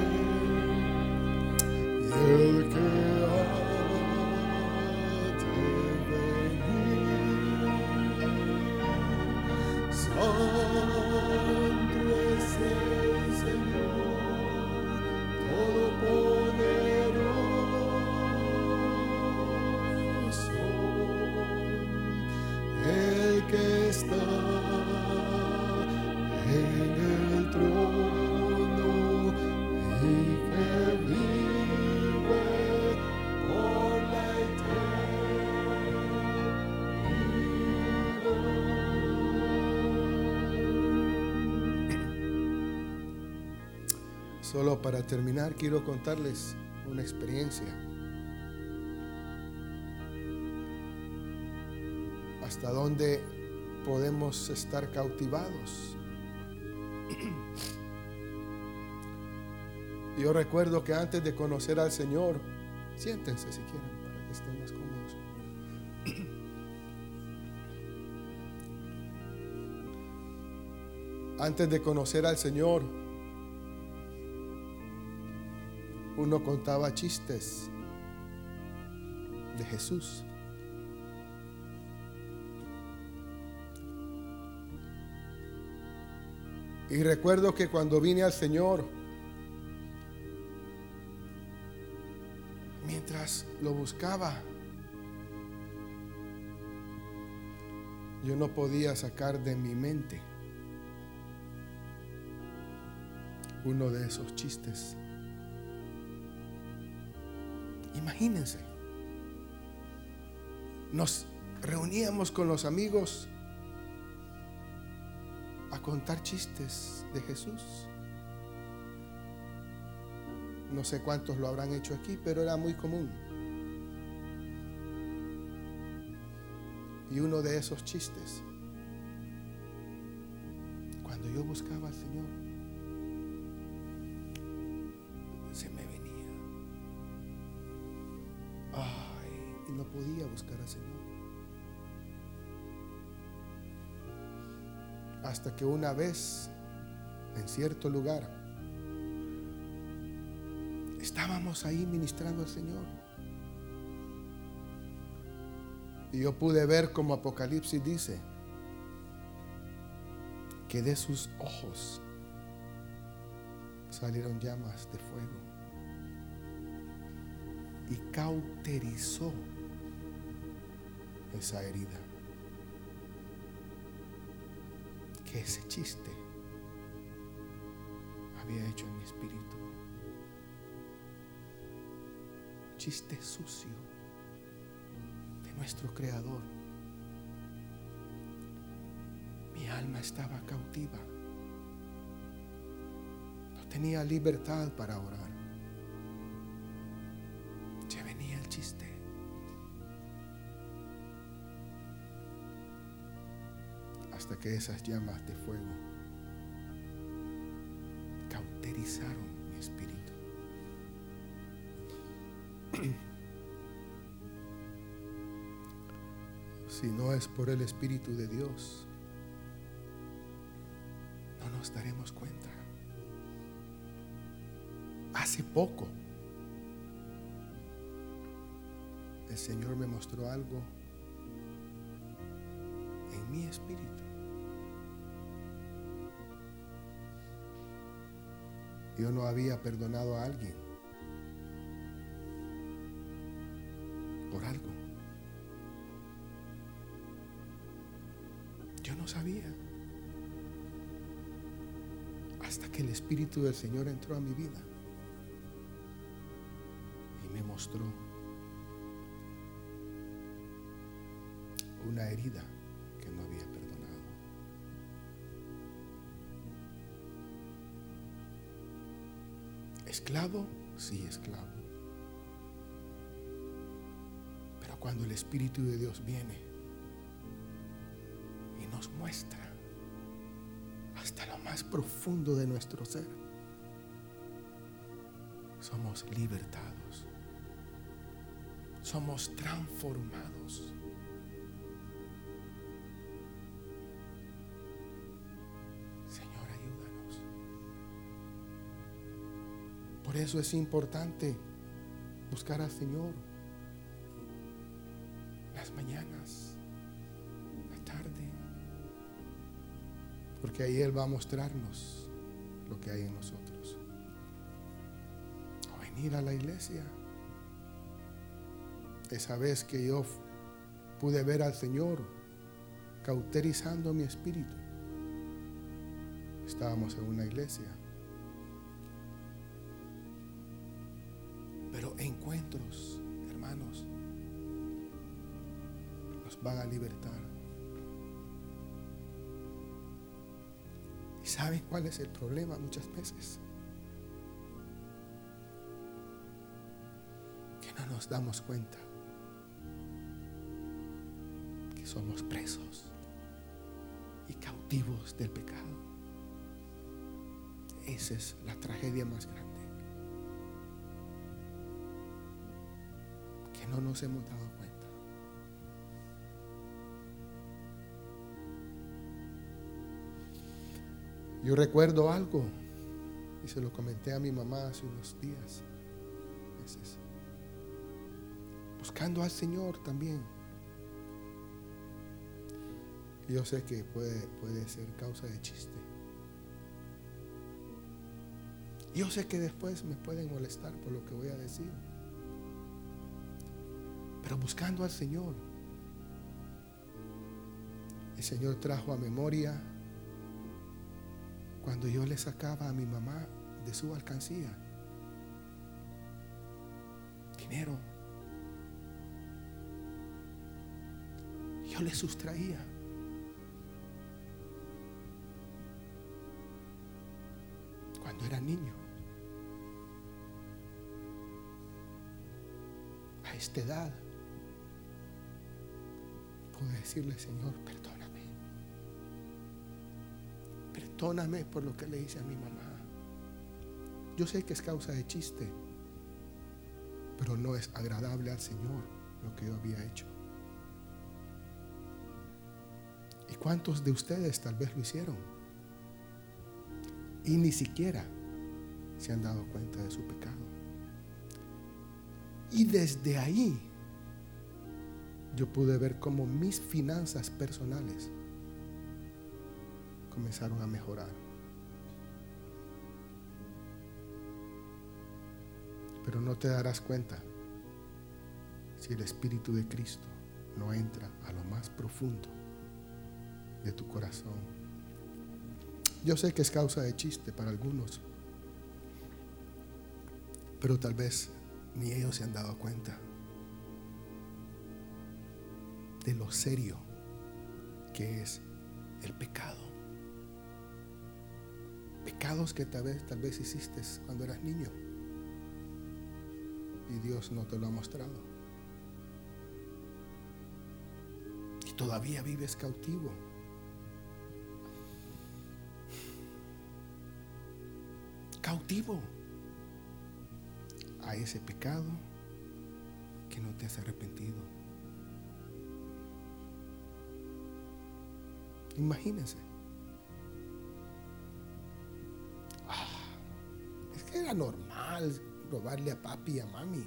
y el que ha de venir. Santo es el Señor Todopoderoso, el que está en el trono y que vive por la eternidad. Solo para terminar, quiero contarles una experiencia. Hasta dónde podemos estar cautivados. Yo recuerdo que antes de conocer al Señor, siéntense si quieren para que estén más cómodos. Antes de conocer al Señor, uno contaba chistes de Jesús. Y recuerdo que cuando vine al Señor, mientras lo buscaba, yo no podía sacar de mi mente uno de esos chistes. Imagínense, nos reuníamos con los amigos a contar chistes de Jesús. No sé cuántos lo habrán hecho aquí, pero era muy común. Y uno de esos chistes, cuando yo buscaba al Señor, se me venía. Ay, y no podía buscar al Señor. Hasta que una vez, en cierto lugar, estábamos ahí ministrando al Señor. Y yo pude ver como Apocalipsis dice, que de sus ojos salieron llamas de fuego y cauterizó esa herida. Que ese chiste había hecho en mi espíritu. Chiste sucio de nuestro Creador. Mi alma estaba cautiva. No tenía libertad para orar. Ya venía el chiste. Hasta que esas llamas de fuego cauterizaron mi espíritu. Si no es por el Espíritu de Dios, no nos daremos cuenta. Hace poco el Señor me mostró algo en mi espíritu. Yo no había perdonado a alguien por algo. Yo no sabía. Hasta que el Espíritu del Señor entró a mi vida y me mostró una herida que no había perdonado. ¿Esclavo? Sí, esclavo. Pero cuando el Espíritu de Dios viene y nos muestra hasta lo más profundo de nuestro ser, somos libertados, somos transformados. Señor, ayúdanos. Por eso es importante buscar al Señor las mañanas, la tarde, porque ahí Él va a mostrarnos lo que hay en nosotros. O venir a la iglesia. Esa vez que yo pude ver al Señor cauterizando mi espíritu, estábamos en una iglesia. Pero encuentros, hermanos, nos van a libertar. ¿Y saben cuál es el problema muchas veces? Que no nos damos cuenta que somos presos y cautivos del pecado. Esa es la tragedia más grande. Que no nos hemos dado cuenta. Yo recuerdo algo y se lo comenté a mi mamá hace unos días, meses. Buscando al Señor también. Yo sé que puede ser causa de chiste. Yo sé que después me pueden molestar por lo que voy a decir. Pero buscando al Señor, el Señor trajo a memoria cuando yo le sacaba a mi mamá de su alcancía dinero. Yo le sustraía. Cuando era niño. A esta edad puedo decirle: Señor, perdóname. Perdóname por lo que le hice a mi mamá. Yo sé que es causa de chiste, pero no es agradable al Señor lo que yo había hecho. ¿Y cuántos de ustedes tal vez lo hicieron? Y ni siquiera se han dado cuenta de su pecado. Y desde ahí yo pude ver cómo mis finanzas personales comenzaron a mejorar. Pero no te darás cuenta si el Espíritu de Cristo no entra a lo más profundo de tu corazón. Yo sé que es causa de chiste para algunos, pero tal vez ni ellos se han dado cuenta de lo serio que es el pecado. Pecados que tal vez hiciste cuando eras niño y Dios no te lo ha mostrado. Y todavía vives cautivo. Cautivo a ese pecado que no te has arrepentido. Imagínense. Es que era normal robarle a papi y a mami.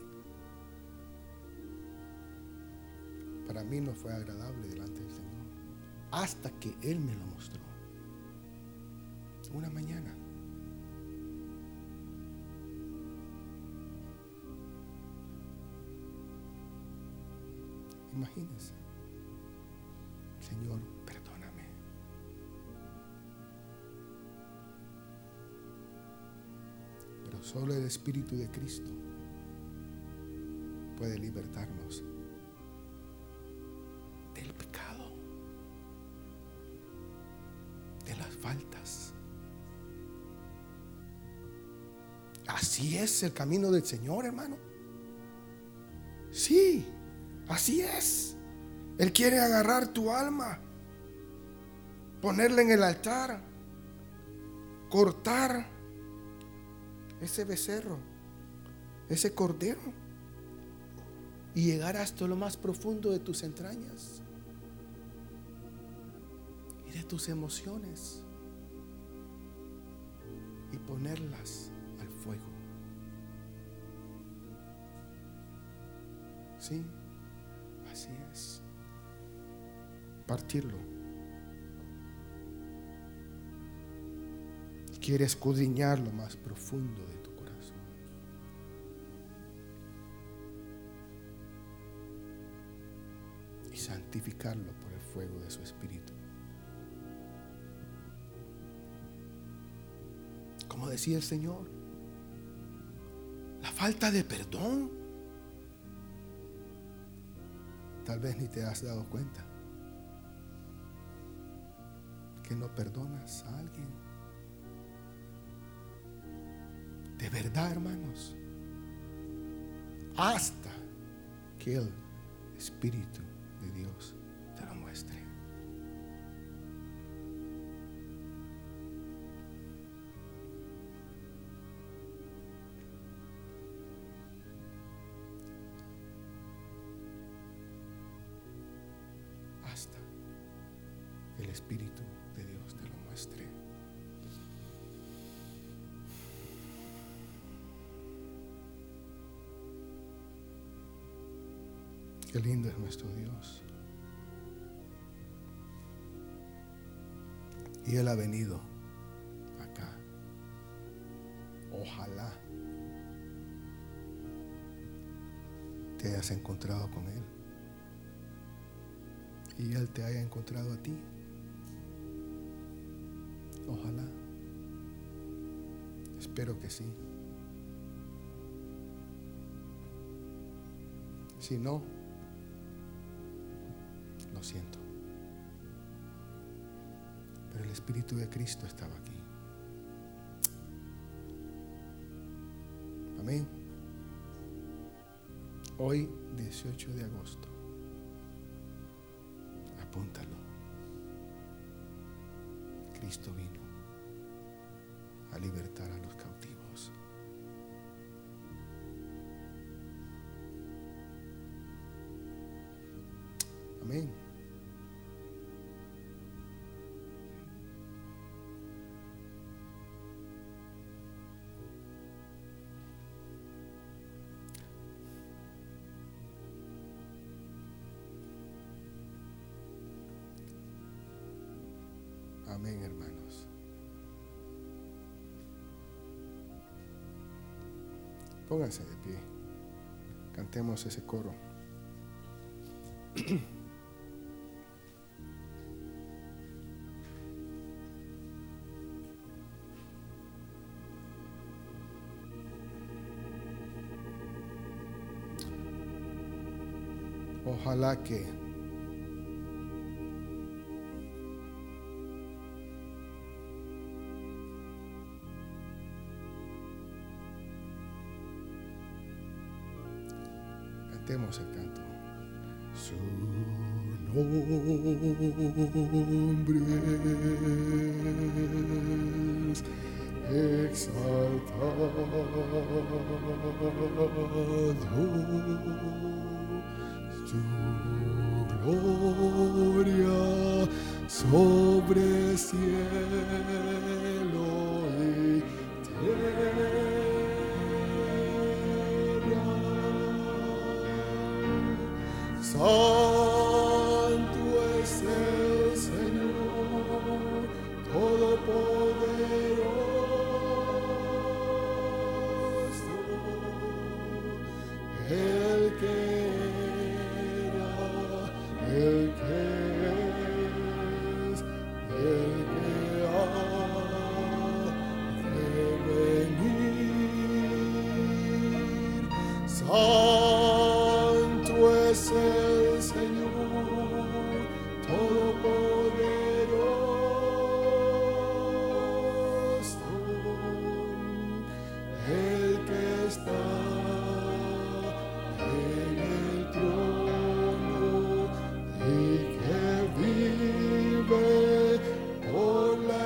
Para mí no fue agradable delante del Señor, hasta que Él me lo mostró. Una mañana. Imagínense: Señor, perdóname. Pero solo el Espíritu de Cristo puede libertarnos del pecado, de las faltas. Así es el camino del Señor, hermano. Sí. Así es. Él quiere agarrar tu alma, ponerla en el altar, cortar ese becerro, ese cordero, y llegar hasta lo más profundo de tus entrañas y de tus emociones y ponerlas al fuego. Sí. Así es. Partirlo. Quiere escudriñar lo más profundo de tu corazón. Y santificarlo por el fuego de su Espíritu. Como decía el Señor, la falta de perdón. Tal vez ni te has dado cuenta que no perdonas a alguien. De verdad, hermanos, hasta que el Espíritu de Dios te lo muestre. Hasta el Espíritu de Dios te lo muestre. Qué lindo es nuestro Dios. Y Él ha venido acá. Ojalá te hayas encontrado con Él y Él te haya encontrado a ti. Ojalá. Espero que sí. Si no, lo siento. Pero el Espíritu de Cristo estaba aquí. Amén. Hoy, 18 de agosto. Apúntalo. Cristo vino a libertar a los cautivos. Amén. Amén, hermanos. Pónganse de pie. Cantemos ese coro. Ojalá que cantemos el canto. Su nombre es exaltado, su gloria sobre cielo y tierra. Santo es el Señor Todopoderoso, el que era, el que es, el que ha de venir. Santo es el Señor Todopoderoso, el que está en el trono y que vive por la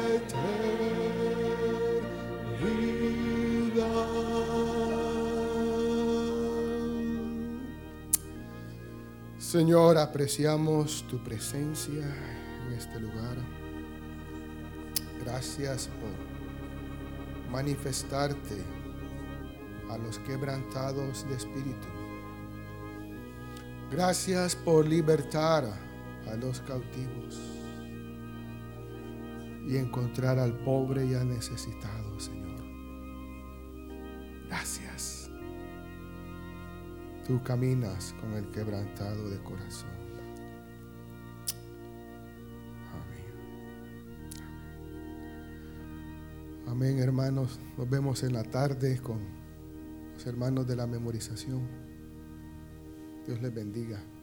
eternidad. Señor, apreciamos tu presencia en este lugar. Gracias por manifestarte a los quebrantados de espíritu. Gracias por libertar a los cautivos y encontrar al pobre y al necesitado, Señor. Gracias. Tú caminas con el quebrantado de corazón. Amén. Amén, hermanos. Nos vemos en la tarde con los hermanos de la memorización. Dios les bendiga.